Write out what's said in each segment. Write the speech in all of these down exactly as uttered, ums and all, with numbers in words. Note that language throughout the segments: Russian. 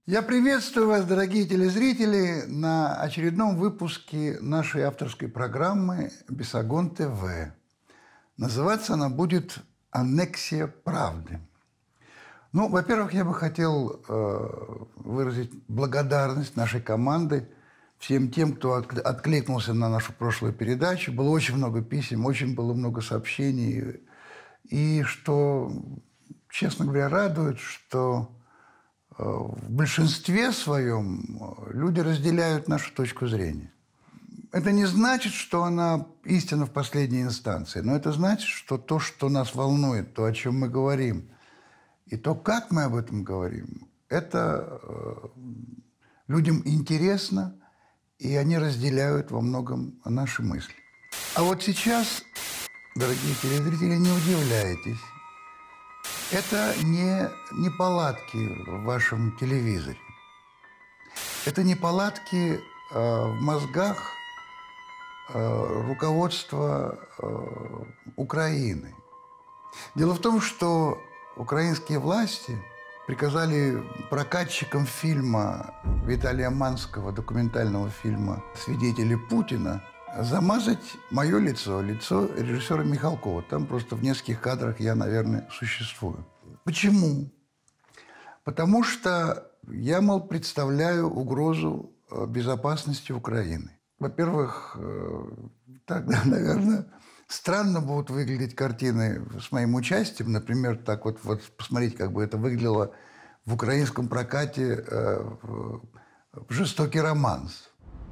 Я приветствую вас, дорогие телезрители, на очередном выпуске нашей авторской программы «Бесогон ТВ». Называться она будет «Аннексия правды». Ну, во-первых, я бы хотел э, выразить благодарность нашей команды всем тем, кто откликнулся на нашу прошлую передачу. Было очень много писем, очень было много сообщений. И что, честно говоря, радует, что в большинстве своем люди разделяют нашу точку зрения. Это не значит, что она истина в последней инстанции, но это значит, что то, что нас волнует, то, о чем мы говорим, и то, как мы об этом говорим, это людям интересно, и они разделяют во многом наши мысли. А вот сейчас, дорогие телезрители, не удивляйтесь. Это не неполадки в вашем телевизоре. Это неполадки э, в мозгах э, руководства э, Украины. Дело в том, что украинские власти приказали прокатчикам фильма Виталия Манского, документального фильма «Свидетели Путина», замазать мое лицо, лицо режиссера Михалкова. Там просто в нескольких кадрах я, наверное, существую. Почему? Потому что я, мол, представляю угрозу безопасности Украины. Во-первых, тогда, наверное, странно будут выглядеть картины с моим участием. Например, так вот, вот посмотрите, как бы это выглядело в украинском прокате в «Жестокий романс».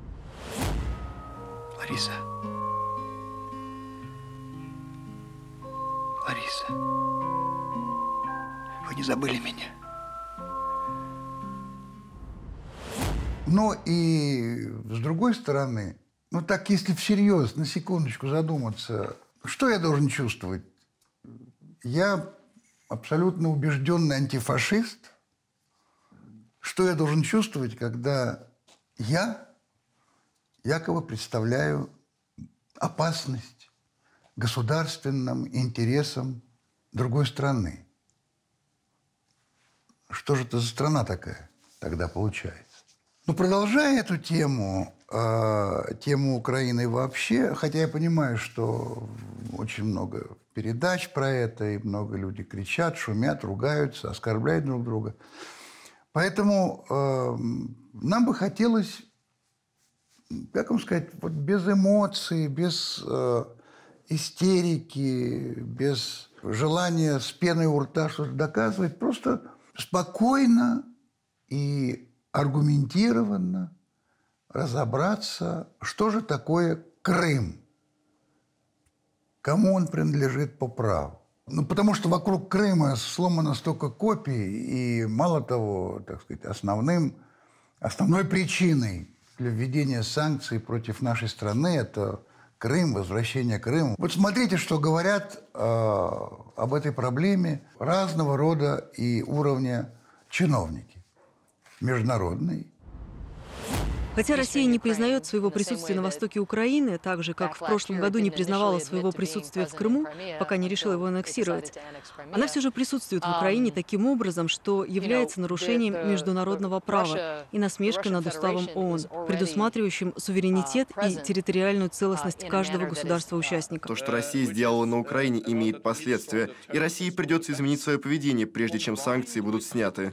Лариса. Лариса. Вы не забыли меня? Но и с другой стороны, ну так, если всерьез, на секундочку задуматься, что я должен чувствовать? Я абсолютно убежденный антифашист. Что я должен чувствовать, когда я якобы представляю опасность государственным интересам другой страны? Что же это за страна такая тогда получается? Ну, продолжая эту тему, э, тему Украины вообще, хотя я понимаю, что очень много передач про это, и много людей кричат, шумят, ругаются, оскорбляют друг друга. Поэтому э, нам бы хотелось, как вам сказать, вот без эмоций, без э, истерики, без желания с пеной у рта что-то доказывать, просто спокойно и аргументированно разобраться, что же такое Крым, кому он принадлежит по праву. Ну, потому что вокруг Крыма сломано столько копий, и мало того, так сказать, основным, основной причиной для введения санкций против нашей страны – это Крым, возвращение Крыма. Вот смотрите, что говорят э, об этой проблеме разного рода и уровня чиновники. Международные. Хотя Россия не признает своего присутствия на востоке Украины, так же, как в прошлом году не признавала своего присутствия в Крыму, пока не решила его аннексировать, она все же присутствует в Украине таким образом, что является нарушением международного права и насмешкой над уставом ООН, предусматривающим суверенитет и территориальную целостность каждого государства-участника. То, что Россия сделала на Украине, имеет последствия, и России придется изменить свое поведение, прежде чем санкции будут сняты.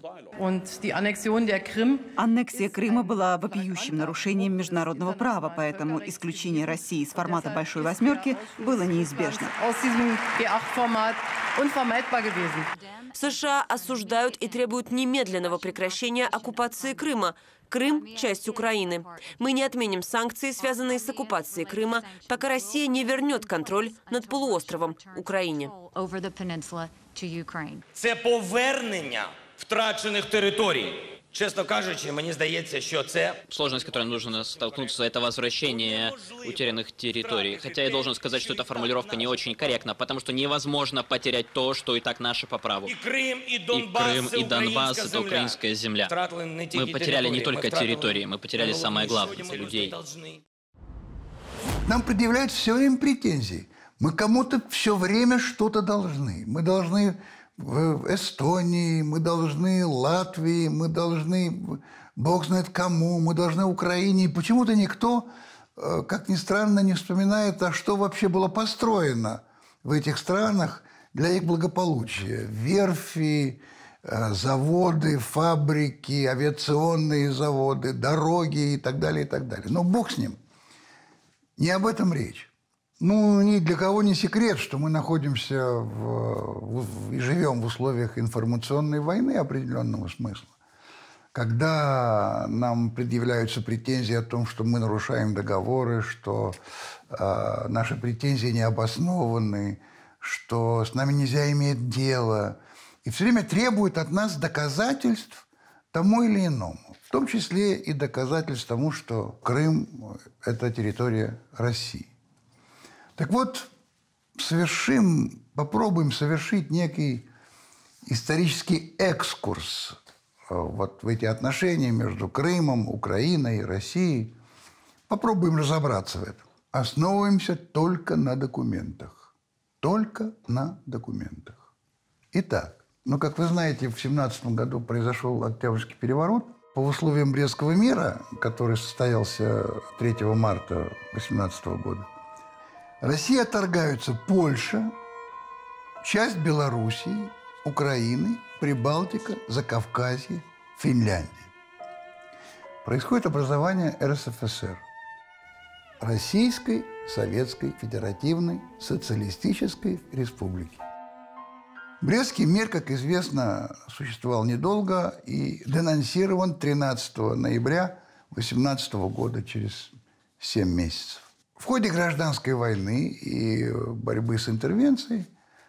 Аннексия Крыма была вопиющим нарушением международного права, поэтому исключение России из формата «Большой восьмерки» было неизбежно. США осуждают и требуют немедленного прекращения оккупации Крыма. Крым – часть Украины. Мы не отменим санкции, связанные с оккупацией Крыма, пока Россия не вернет контроль над полуостровом Украине. Це повернення втрачених територій. Чесно кажучи, мені здається, що це... Сложность, с которой нужно столкнуться, это возвращение утерянных территорий. Хотя я должен сказать, что эта формулировка не очень корректна, потому что невозможно потерять то, что и так наше по праву. И Крым, и И Донбасс, Крым, и Донбасс – это украинская земля. Мы потеряли не только территории, мы потеряли самое главное – людей. Нам предъявляют все время претензии. Мы кому-то все время что-то должны. Мы должны в Эстонии, мы должны Латвии, мы должны, бог знает кому, мы должны Украине. И почему-то никто, как ни странно, не вспоминает, а что вообще было построено в этих странах для их благополучия. Верфи, заводы, фабрики, авиационные заводы, дороги и так далее, и так далее. Но бог с ним. Не об этом речь. Ну, ни для кого не секрет, что мы находимся в, в, и живем в условиях информационной войны определенного смысла. Когда нам предъявляются претензии о том, что мы нарушаем договоры, что э, наши претензии не обоснованы, что с нами нельзя иметь дело, и все время требуют от нас доказательств тому или иному. В том числе и доказательств тому, что Крым – это территория России. Так вот, совершим, попробуем совершить некий исторический экскурс вот в эти отношения между Крымом, Украиной и Россией. Попробуем разобраться в этом. Основываемся только на документах. Только на документах. Итак, ну, как вы знаете, в семнадцатом году произошел Октябрьский переворот. По условиям Брестского мира, который состоялся третьего марта восемнадцатого года, России отторгаются Польша, часть Белоруссии, Украины, Прибалтика, Закавказье, Финляндия. Происходит образование эр эс эф эс эр – Российской Советской Федеративной Социалистической Республики. Брестский мир, как известно, существовал недолго и денонсирован тринадцатого ноября восемнадцатого года, через семь месяцев. В ходе гражданской войны и борьбы с интервенцией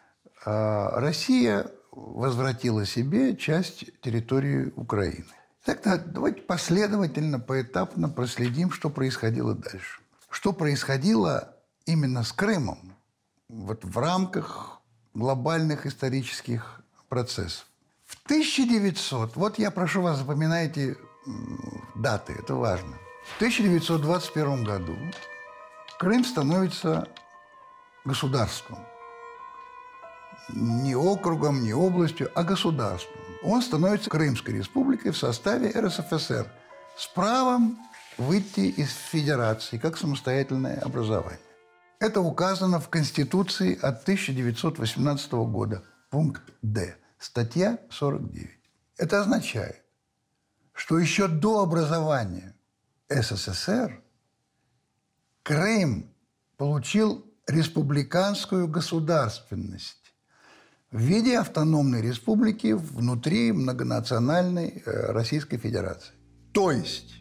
Россия возвратила себе часть территории Украины. Тогда давайте последовательно, поэтапно проследим, что происходило дальше. Что происходило именно с Крымом вот в рамках глобальных исторических процессов. В тысяча девятьсот, вот я прошу вас, запоминайте даты, это важно. В тысяча девятьсот двадцать первом году Крым становится государством. Не округом, не областью, а государством. Он становится Крымской республикой в составе эр эс эф эс эр с правом выйти из федерации как самостоятельное образование. Это указано в Конституции от тысяча девятьсот восемнадцатого года, пункт Д, статья сорок девять. Это означает, что еще до образования эс эс эс эр Крым получил республиканскую государственность в виде автономной республики внутри многонациональной Российской Федерации. То есть,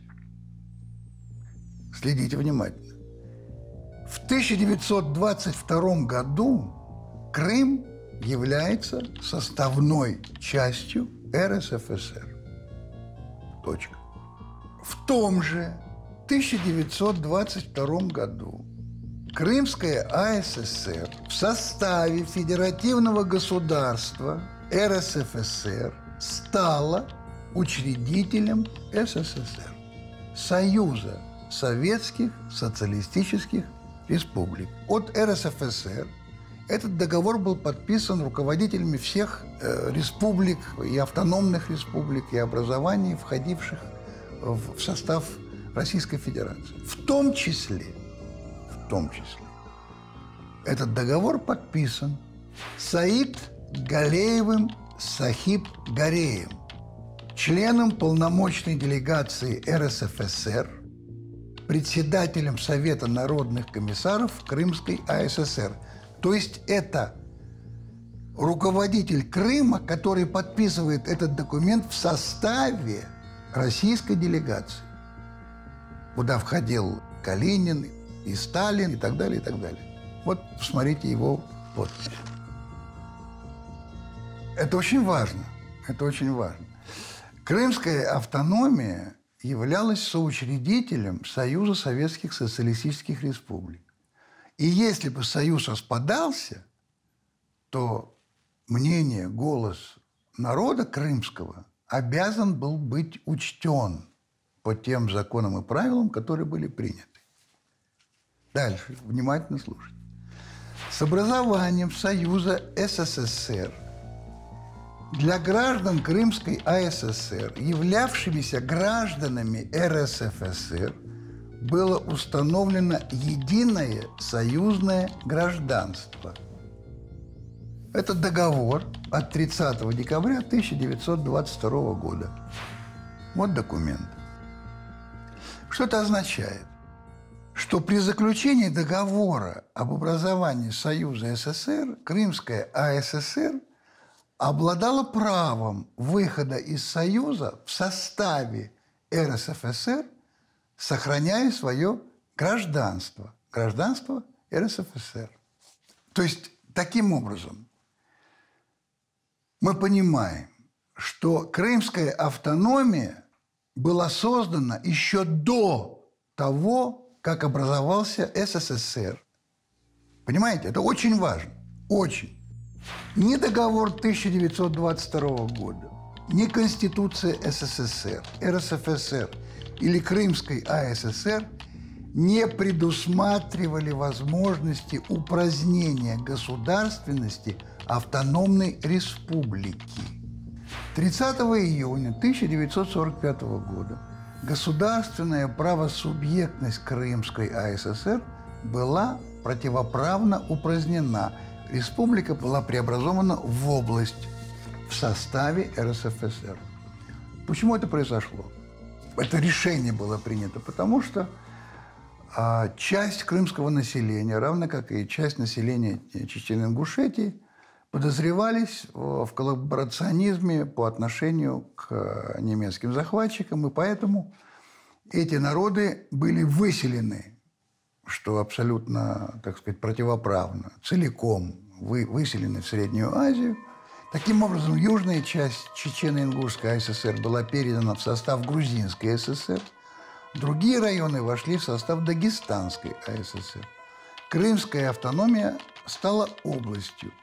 следите внимательно, в тысяча девятьсот двадцать втором году Крым является составной частью эр эс эф эс эр. Точка. В том же тысяча девятьсот двадцать втором году Крымская а эс эс эр в составе федеративного государства эр эс эф эс эр стала учредителем эс эс эс эр, Союза Советских Социалистических Республик. От эр эс эф эс эр этот договор был подписан руководителями всех э, республик и автономных республик и образований, входивших в, в состав Российской Федерации. В том числе, в том числе, этот договор подписан Саид Галеевым Сахиб Гареем, членом полномочной делегации эр эс эф эс эр, председателем Совета народных комиссаров Крымской а эс эс эр. То есть это руководитель Крыма, который подписывает этот документ в составе российской делегации, куда входил Калинин и Сталин и так далее, и так далее. Вот посмотрите его подпись. Это очень важно. Это очень важно. Крымская автономия являлась соучредителем Союза Советских Социалистических Республик. И если бы Союз распадался, то мнение, голос народа крымского обязан был быть учтен по тем законам и правилам, которые были приняты. Дальше, внимательно слушайте. С образованием Союза эс эс эс эр для граждан Крымской АССР, являвшимися гражданами РСФСР, было установлено единое союзное гражданство. Это договор от тридцатого декабря тысяча девятьсот двадцать второго года. Вот документ. Что это означает? Что при заключении договора об образовании Союза СССР Крымская АССР обладала правом выхода из Союза в составе РСФСР, сохраняя свое гражданство. Гражданство РСФСР. То есть, таким образом, мы понимаем, что крымская автономия была создана еще до того, как образовался СССР. Понимаете? Это очень важно. Очень. Ни договор тысяча девятьсот двадцать второго года, ни Конституция СССР, РСФСР или Крымской АССР не предусматривали возможности упразднения государственности автономной республики. тридцатого июня тысяча девятьсот сорок пятого года государственная правосубъектность Крымской АССР была противоправно упразднена. Республика была преобразована в область в составе РСФСР. Почему это произошло? Это решение было принято, потому что а, часть крымского населения, равно как и часть населения Чечен-Ингушетии, подозревались в коллаборационизме по отношению к немецким захватчикам, и поэтому эти народы были выселены, что абсолютно, так сказать, противоправно, целиком вы, выселены в Среднюю Азию. Таким образом, южная часть Чечено-Ингушской АССР была передана в состав Грузинской ССР, другие районы вошли в состав Дагестанской АССР. Крымская автономия стала областью.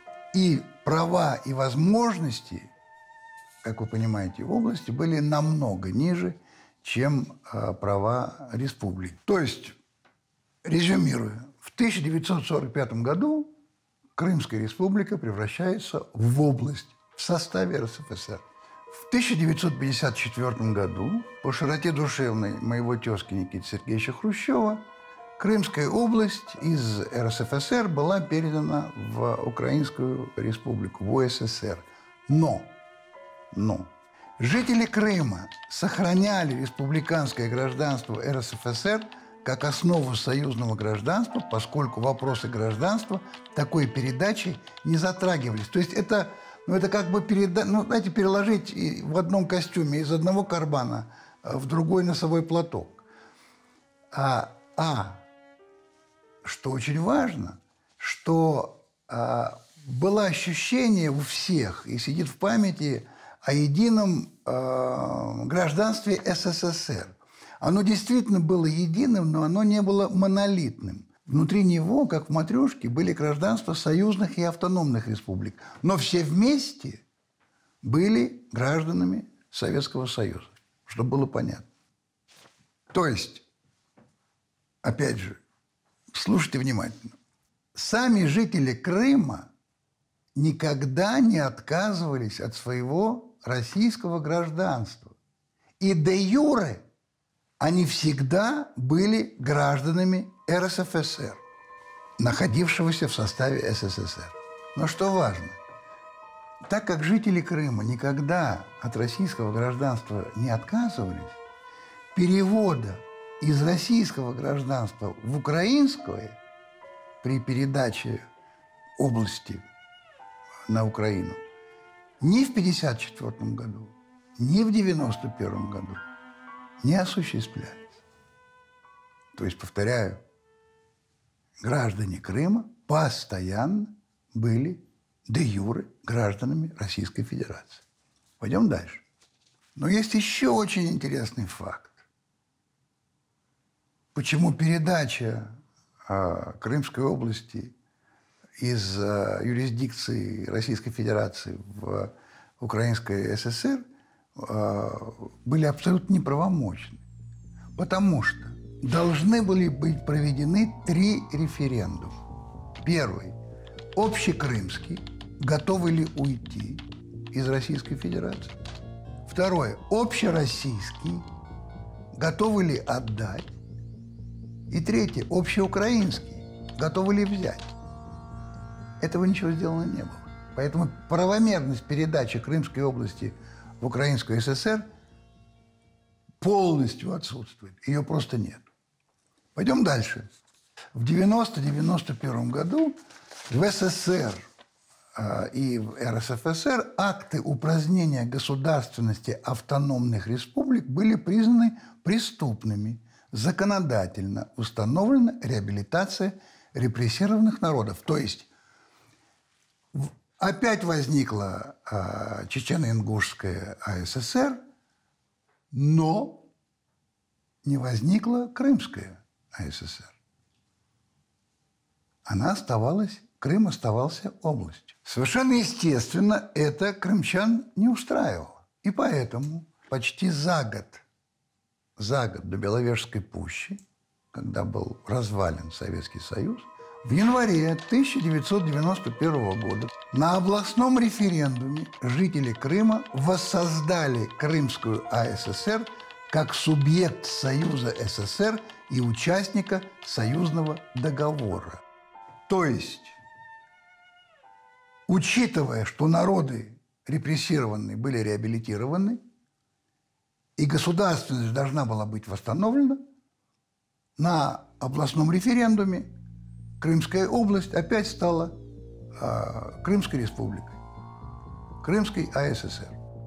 И права и возможности, как вы понимаете, в области были намного ниже, чем э, права республик. То есть, резюмируя, в тысяча девятьсот сорок пятом году Крымская республика превращается в область в составе РСФСР. В тысяча девятьсот пятьдесят четвёртом году по широте душевной моего тезки Никиты Сергеевича Хрущева Крымская область из РСФСР была передана в Украинскую республику, в УССР. Но, но жители Крыма сохраняли республиканское гражданство РСФСР как основу союзного гражданства, поскольку вопросы гражданства такой передачи не затрагивались. То есть это, ну, это как бы переда... ну, знаете, переложить в одном костюме из одного кармана в другой носовой платок. А, а что очень важно, что а, было ощущение у всех и сидит в памяти о едином а, гражданстве СССР. Оно действительно было единым, но оно не было монолитным. Внутри него, как в матрешке, были гражданства союзных и автономных республик. Но все вместе были гражданами Советского Союза, чтобы было понятно. То есть, опять же, слушайте внимательно. Сами жители Крыма никогда не отказывались от своего российского гражданства. И де юре они всегда были гражданами РСФСР, находившегося в составе СССР. Но что важно, так как жители Крыма никогда от российского гражданства не отказывались, перевода из российского гражданства в украинское при передаче области на Украину ни в пятьдесят четвёртом году, ни в девяносто первом году не осуществлялись. То есть, повторяю, граждане Крыма постоянно были де юре гражданами Российской Федерации. Пойдем дальше. Но есть еще очень интересный факт. Почему передача э, Крымской области из э, юрисдикции Российской Федерации в Украинской ССР э, были абсолютно неправомочны? Потому что должны были быть проведены три референдума. Первый – общекрымский, готовы ли уйти. из Российской Федерации? Второе. Общероссийский. Готовы ли отдать? И третье. Общеукраинский. Готовы ли взять? Этого ничего сделано не было. Поэтому правомерность передачи Крымской области в Украинскую ССР полностью отсутствует. Ее просто нет. Пойдем дальше. В девяносто-девяносто первом году в СССР э, и в РСФСР акты упразднения государственности автономных республик были признаны преступными. Законодательно установлена реабилитация репрессированных народов. То есть опять возникла э, Чечено-Ингушская АССР, но не возникла Крымская АССР. Она оставалась, Крым оставался областью. Совершенно естественно, это крымчан не устраивало. И поэтому почти за год, за год до Беловежской пущи, когда был развален Советский Союз, в январе тысяча девятьсот девяносто первого года на областном референдуме жители Крыма воссоздали Крымскую АССР как субъект Союза СССР и участника союзного договора. То есть, учитывая, что народы репрессированные были реабилитированы, и государственность должна была быть восстановлена, на областном референдуме Крымская область опять стала э, Крымской республикой, Крымской АССР.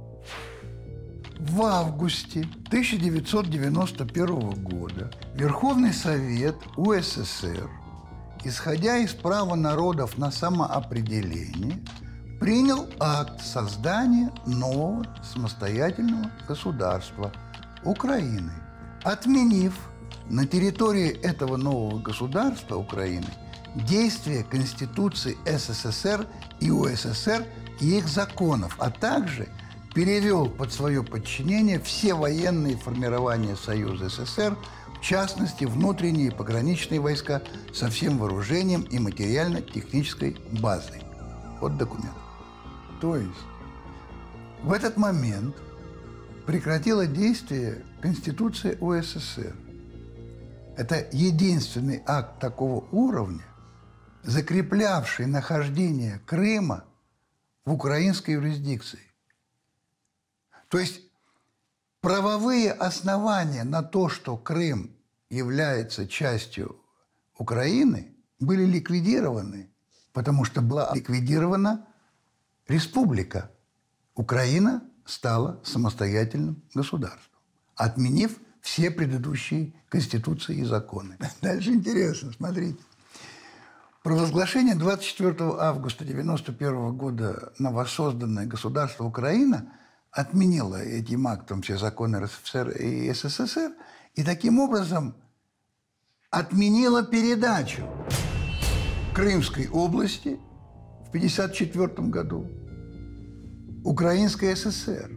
В августе тысяча девятьсот девяносто первого года Верховный Совет УССР, исходя из права народов на самоопределение, принял акт создания нового самостоятельного государства Украины, отменив на территории этого нового государства Украины действия Конституции СССР и УССР и их законов, а также перевел под свое подчинение все военные формирования Союза СССР, в частности, внутренние пограничные войска со всем вооружением и материально-технической базой. Вот документ. То есть в этот момент прекратила действие Конституция УССР. Это единственный акт такого уровня, закреплявший нахождение Крыма в украинской юрисдикции. То есть правовые основания на то, что Крым является частью Украины, были ликвидированы, потому что была ликвидирована республика. Украина стала самостоятельным государством, отменив все предыдущие конституции и законы. Дальше интересно, смотрите. Провозглашение двадцать четвёртого августа девяносто первого года новосозданное государство Украина отменило этим актом все законы РСФСР и СССР и таким образом отменило передачу Крымской области в пятьдесят четвёртом году Украинской ССР.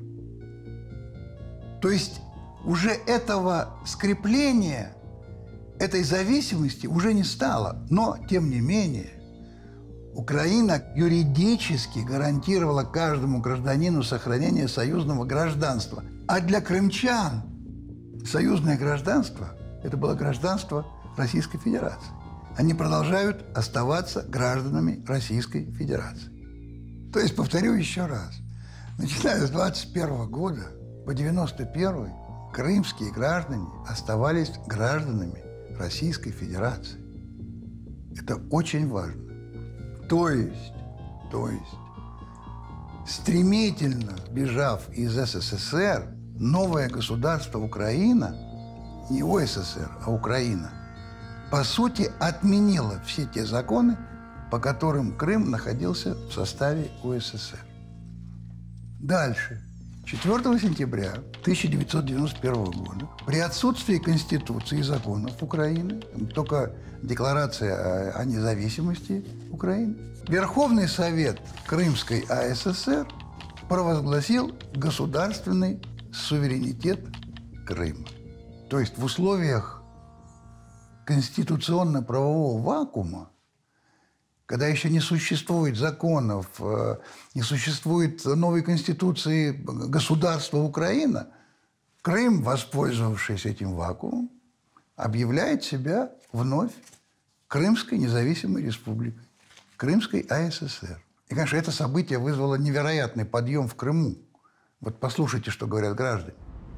То есть уже этого скрепления, этой зависимости уже не стало. Но, тем не менее, Украина юридически гарантировала каждому гражданину сохранение союзного гражданства. А для крымчан союзное гражданство – это было гражданство Российской Федерации. Они продолжают оставаться гражданами Российской Федерации. То есть, повторю еще раз, начиная с двадцать первого года по девяносто первый крымские граждане оставались гражданами Российской Федерации. Это очень важно. То есть, то есть, стремительно бежав из СССР, новое государство Украина, не ОССР, а Украина, по сути, отменило все те законы, по которым Крым находился в составе УССР. Дальше. четвёртого сентября тысяча девятьсот девяносто первого года при отсутствии Конституции и законов Украины, только декларация о, о независимости Украины, Верховный Совет Крымской АССР провозгласил государственный суверенитет Крыма. То есть в условиях конституционно-правового вакуума когда еще не существует законов, не существует новой конституции государства Украина, Крым, воспользовавшись этим вакуумом, объявляет себя вновь Крымской независимой республикой, Крымской АССР. И, конечно, это событие вызвало невероятный подъем в Крыму. Вот послушайте, что говорят граждане.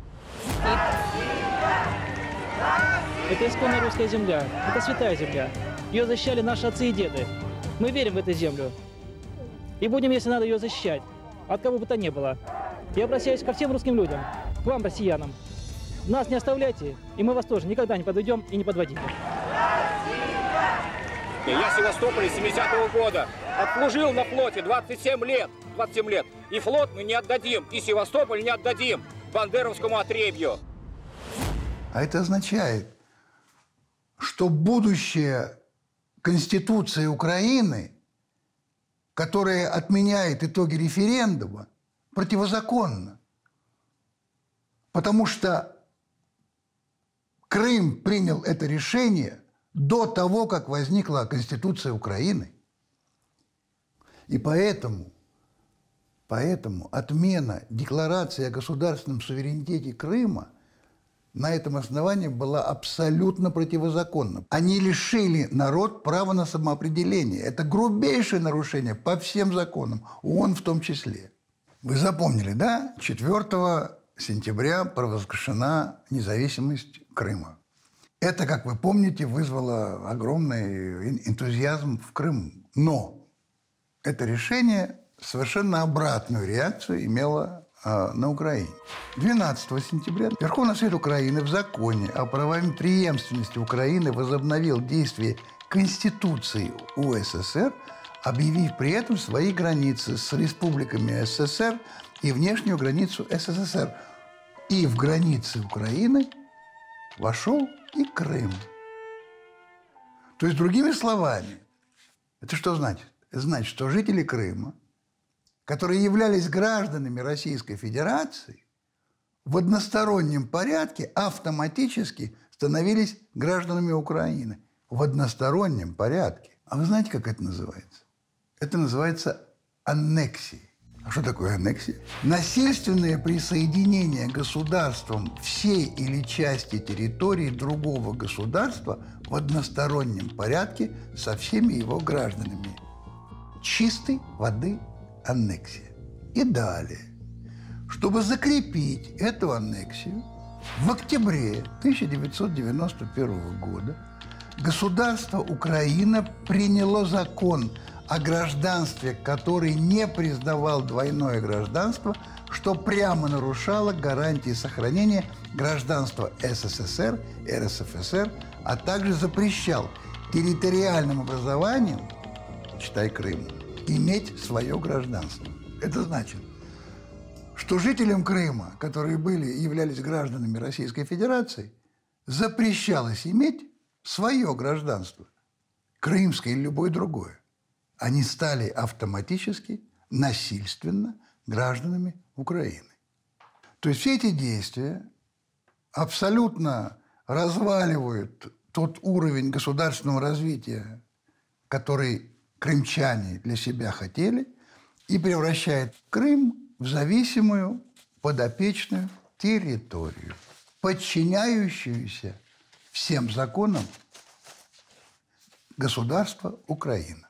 Это исконно русская земля, это святая земля. Ее защищали наши отцы и деды. Мы верим в эту землю. И будем, если надо, ее защищать. От кого бы то ни было. Я обращаюсь ко всем русским людям, к вам, россиянам. Нас не оставляйте, и мы вас тоже никогда не подведем и не подводим. Я в Севастополе с семидесятого года. Отслужил на флоте двадцать семь лет. двадцать семь лет. И флот мы не отдадим, и Севастополь не отдадим бандеровскому отребью. А это означает, что будущее Конституции Украины, которая отменяет итоги референдума, противозаконно. Потому что Крым принял это решение до того, как возникла Конституция Украины. И поэтому, поэтому отмена декларации о государственном суверенитете Крыма на этом основании была абсолютно противозаконна. Они лишили народ права на самоопределение. Это грубейшее нарушение по всем законам, ООН в том числе. Вы запомнили, да? четвёртого сентября провозглашена независимость Крыма. Это, как вы помните, вызвало огромный энтузиазм в Крыму. Но это решение совершенно обратную реакцию имело э, на Украине. двенадцатого сентября Верховный Совет Украины в законе о правовой преемственности Украины возобновил действие Конституции УССР, объявив при этом свои границы с республиками СССР и внешнюю границу СССР. И в границы Украины вошел и Крым. То есть, другими словами, это что значит? Это значит, что жители Крыма, которые являлись гражданами Российской Федерации, в одностороннем порядке автоматически становились гражданами Украины. В одностороннем порядке. А вы знаете, как это называется? Это называется аннексией. А что такое аннексия? Насильственное присоединение государством всей или части территории другого государства в одностороннем порядке со всеми его гражданами. Чистой воды аннексия. И далее. Чтобы закрепить эту аннексию, в октябре тысяча девятьсот девяносто первого года государство Украина приняло закон о гражданстве, который не признавал двойное гражданство, что прямо нарушало гарантии сохранения гражданства СССР, РСФСР, а также запрещал территориальным образованиям, читай Крым, иметь свое гражданство. Это значит, что жителям Крыма, которые были, являлись гражданами Российской Федерации, запрещалось иметь свое гражданство, крымское или любое другое. Они стали автоматически, насильственно гражданами Украины. То есть все эти действия абсолютно разваливают тот уровень государственного развития, который крымчане для себя хотели, и превращает Крым в зависимую подопечную территорию, подчиняющуюся всем законам государства Украина.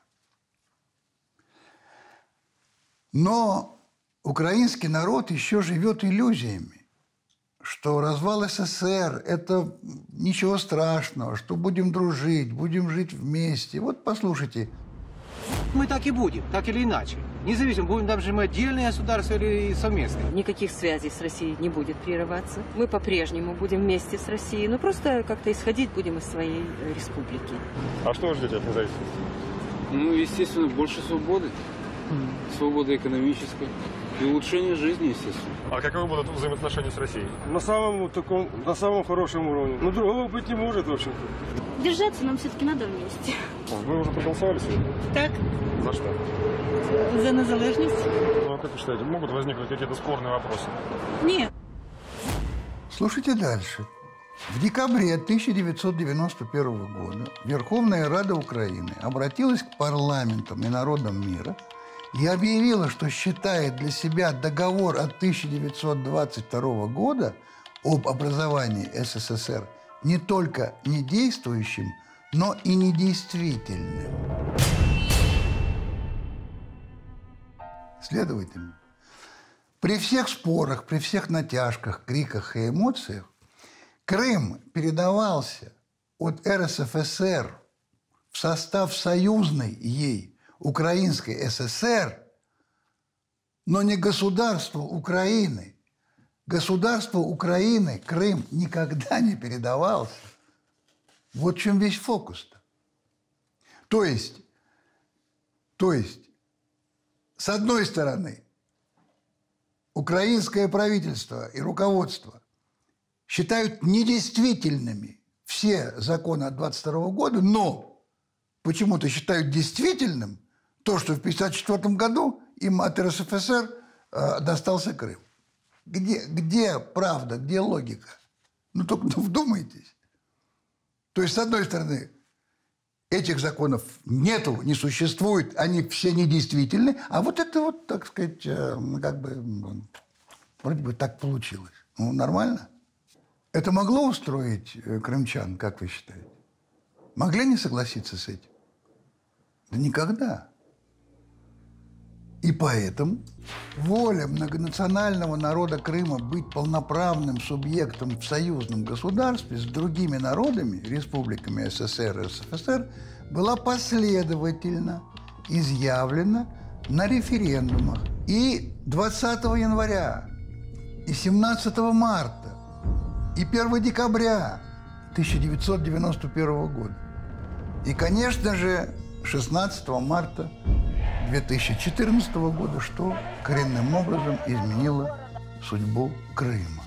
Но украинский народ еще живет иллюзиями, что развал СССР – это ничего страшного, что будем дружить, будем жить вместе. Вот послушайте. Мы так и будем, так или иначе. Независимо, будем там же мы отдельное государство или совместное. Никаких связей с Россией не будет прерываться. Мы по-прежнему будем вместе с Россией, но просто как-то исходить будем из своей республики. А что вы ждете от независимости? Ну, естественно, больше свободы. Свобода экономическая и улучшение жизни, естественно. А каковы будут взаимоотношения с Россией? На самом таком, на самом хорошем уровне. Но другого быть не может, в общем-то. Держаться нам все-таки надо вместе. Вы уже проголосовали сегодня? Так. За что? За незалежность. Ну, а как вы считаете, могут возникнуть какие-то спорные вопросы? Нет. Слушайте дальше. В декабре тысяча девятьсот девяносто первого года Верховная Рада Украины обратилась к парламентам и народам мира и объявила, что считает для себя договор от тысяча девятьсот двадцать второго года об образовании СССР не только недействующим, но и недействительным. Следовательно, при всех спорах, при всех натяжках, криках и эмоциях Крым передавался от эр эс эф эс эр в состав союзной ей Украинской эс эс эр, но не государству Украины. Государству Украины Крым никогда не передавался. Вот в чем весь фокус-то. То есть, то есть, с одной стороны, украинское правительство и руководство считают недействительными все законы от двадцать второго года, но почему-то считают действительным то, что в тысяча девятьсот пятьдесят четвёртом году им от эр эс эф эс эр э, достался Крым. Где, где правда, где логика? Ну, только ну, вдумайтесь. То есть, с одной стороны, этих законов нету, не существует, они все недействительны, а вот это вот, так сказать, э, как бы, вроде бы так получилось. Ну, нормально? Это могло устроить крымчан, как вы считаете? Могли не согласиться с этим? Да никогда. И поэтому воля многонационального народа Крыма быть полноправным субъектом в союзном государстве с другими народами, республиками эс эс эр и эс эф эс эр, была последовательно изъявлена на референдумах и двадцатого января, и семнадцатого марта, и первого декабря тысяча девятьсот девяносто первого года. И, конечно же, шестнадцатого марта две тысячи четырнадцатого года, что коренным образом изменило судьбу Крыма.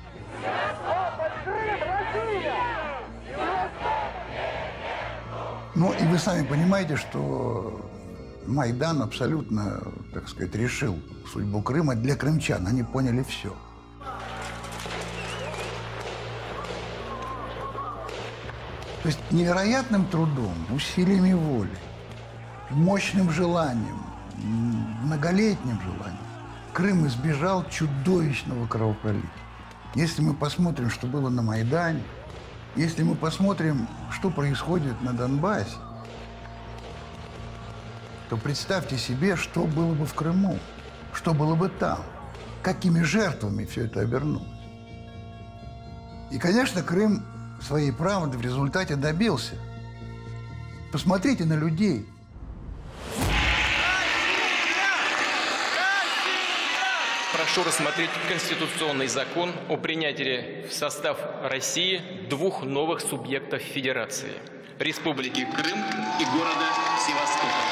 Ну, и вы сами понимаете, что Майдан абсолютно, так сказать, решил судьбу Крыма для крымчан. Они поняли все. То есть невероятным трудом, усилиями воли, мощным желанием, многолетним желанием Крым избежал чудовищного кровопролития. Если мы посмотрим, что было на Майдане, если мы посмотрим, что происходит на Донбассе, то представьте себе, что было бы в Крыму, что было бы там, какими жертвами все это обернулось. И, конечно, Крым своей правды в результате добился. Посмотрите на людей. Прошу рассмотреть конституционный закон о принятии в состав России двух новых субъектов Федерации – Республики Крым и города Севастополь.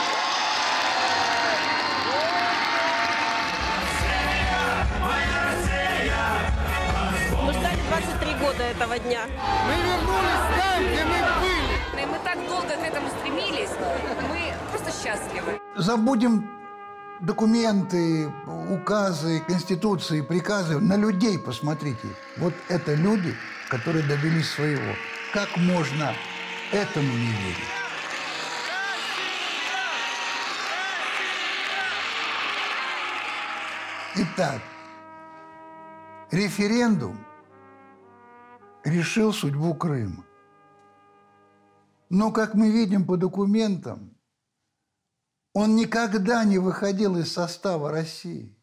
Мы ждали двадцать три года этого дня. Мы вернулись там, где мы были. И мы так долго к этому стремились. Мы просто счастливы. Забудем документы, указы, конституции, приказы. На людей посмотрите. Вот это люди, которые добились своего. Как можно этому не верить? Итак, референдум решил судьбу Крыма. Но, как мы видим по документам, он никогда не выходил из состава России.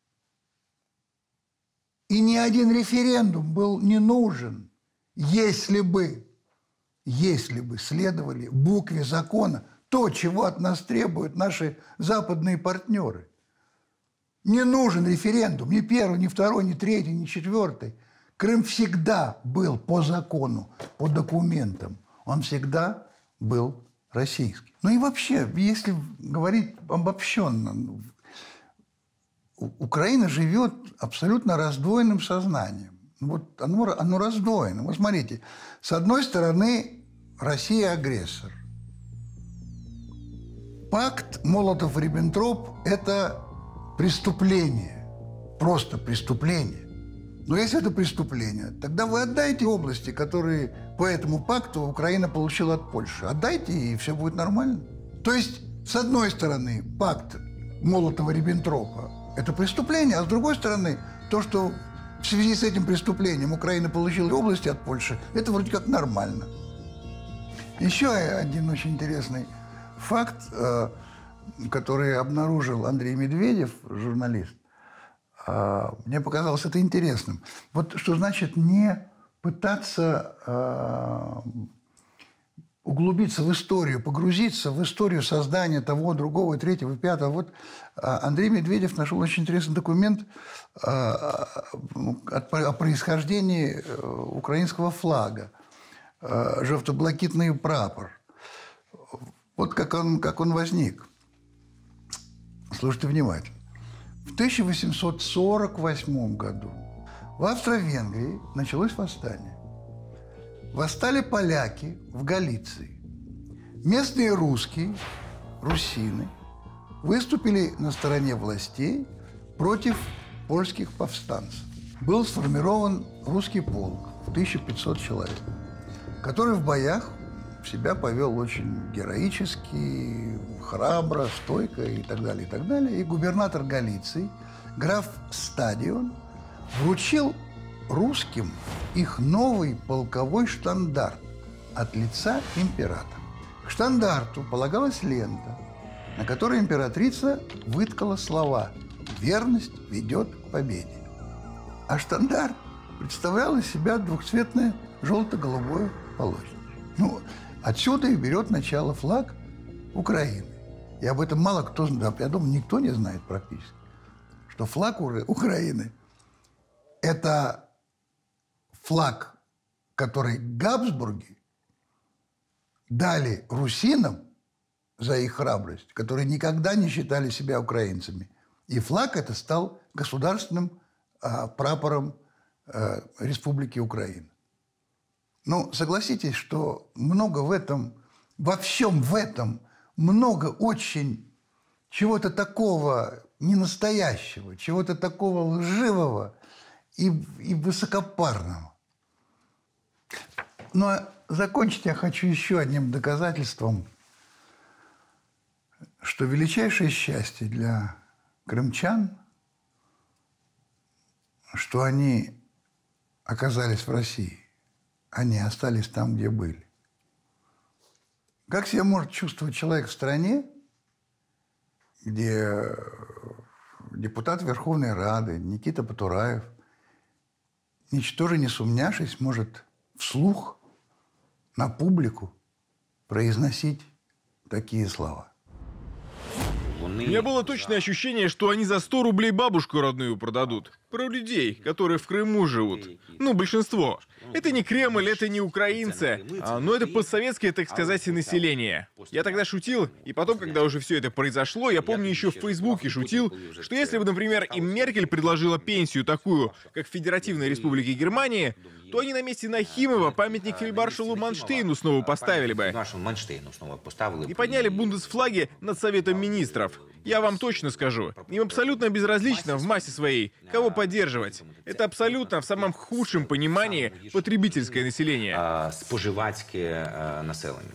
И ни один референдум был не нужен, если бы, если бы следовали букве закона то, чего от нас требуют наши западные партнеры. Не нужен референдум, ни первый, ни второй, ни третий, ни четвертый. Крым всегда был по закону, по документам. Он всегда был российский. Ну и вообще, если говорить обобщенно, Украина живет абсолютно раздвоенным сознанием. Вот оно, оно раздвоено. Вот смотрите, с одной стороны, Россия агрессор. Пакт Молотов-Риббентроп – это преступление, просто преступление. Но если это преступление, тогда вы отдайте области, которые по этому пакту Украина получила от Польши. Отдайте, и все будет нормально. То есть, с одной стороны, пакт Молотова-Риббентропа – это преступление, а с другой стороны, то, что в связи с этим преступлением Украина получила области от Польши, это вроде как нормально. Еще один очень интересный факт, который обнаружил Андрей Медведев, журналист, мне показалось это интересным. Вот что значит не пытаться э, углубиться в историю, погрузиться в историю создания того, другого, третьего, пятого. Вот Андрей Медведев нашел очень интересный документ э, о происхождении украинского флага. Э, жовто-блакитный прапор. Вот как он, как он возник. Слушайте внимательно. В тысяча восемьсот сорок восьмом году в Австро-Венгрии началось восстание. Восстали поляки в Галиции. Местные русские, русины, выступили на стороне властей против польских повстанцев. Был сформирован русский полк в тысяча пятьсот человек, который в боях себя повел очень героически, храбро, стойко и так далее, и так далее. И губернатор Галиции, граф Стадион, вручил русским их новый полковой штандарт от лица императора. К штандарту полагалась лента, на которой императрица выткала слова «Верность ведет к победе». А штандарт представлял из себя двухцветное желто-голубое полотнище. Ну, отсюда и берет начало флаг Украины. И об этом мало кто знает. Я думаю, никто не знает практически, что флаг Украины – это флаг, который Габсбурги дали русинам за их храбрость, которые никогда не считали себя украинцами. И флаг это стал государственным а, прапором а, Республики Украина. Ну, согласитесь, что много в этом, во всем в этом, много очень чего-то такого ненастоящего, чего-то такого лживого и, и высокопарного. Но закончить я хочу еще одним доказательством, что величайшее счастье для крымчан, что они оказались в России. Они остались там, где были. Как себя может чувствовать человек в стране, где депутат Верховной Рады Никита Потураев, ничтоже не сумняшись, может вслух на публику произносить такие слова? У меня было точное ощущение, что они за сто рублей бабушку родную продадут. Про людей, которые в Крыму живут. Ну, большинство. Это не Кремль, это не украинцы, а, но это постсоветское, так сказать, население. Я тогда шутил, и потом, когда уже все это произошло, я помню, еще в Фейсбуке шутил, что если бы, например, им Меркель предложила пенсию такую, как в Федеративной Республике Германии, то они на месте Нахимова памятник фельдмаршалу Манштейну снова поставили бы. И подняли бундесфлаги над Советом Министров. Я вам точно скажу, им абсолютно безразлично в массе своей, кого поддерживать. Это абсолютно в самом худшем понимании потребительское население. Споживацкое население.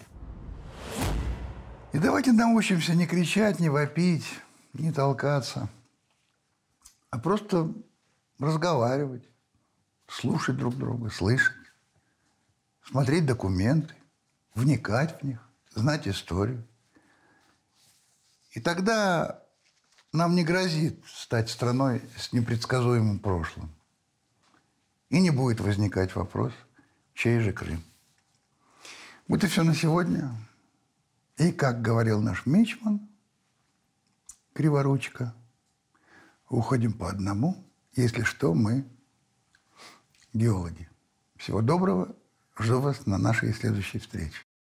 И давайте научимся не кричать, не вопить, не толкаться, а просто разговаривать, слушать друг друга, слышать, смотреть документы, вникать в них, знать историю. И тогда нам не грозит стать страной с непредсказуемым прошлым. И не будет возникать вопрос, чей же Крым. Вот и все на сегодня. И, как говорил наш мичман, Криворучка, уходим по одному. Если что, мы геологи. Всего доброго. Жду вас на нашей следующей встрече.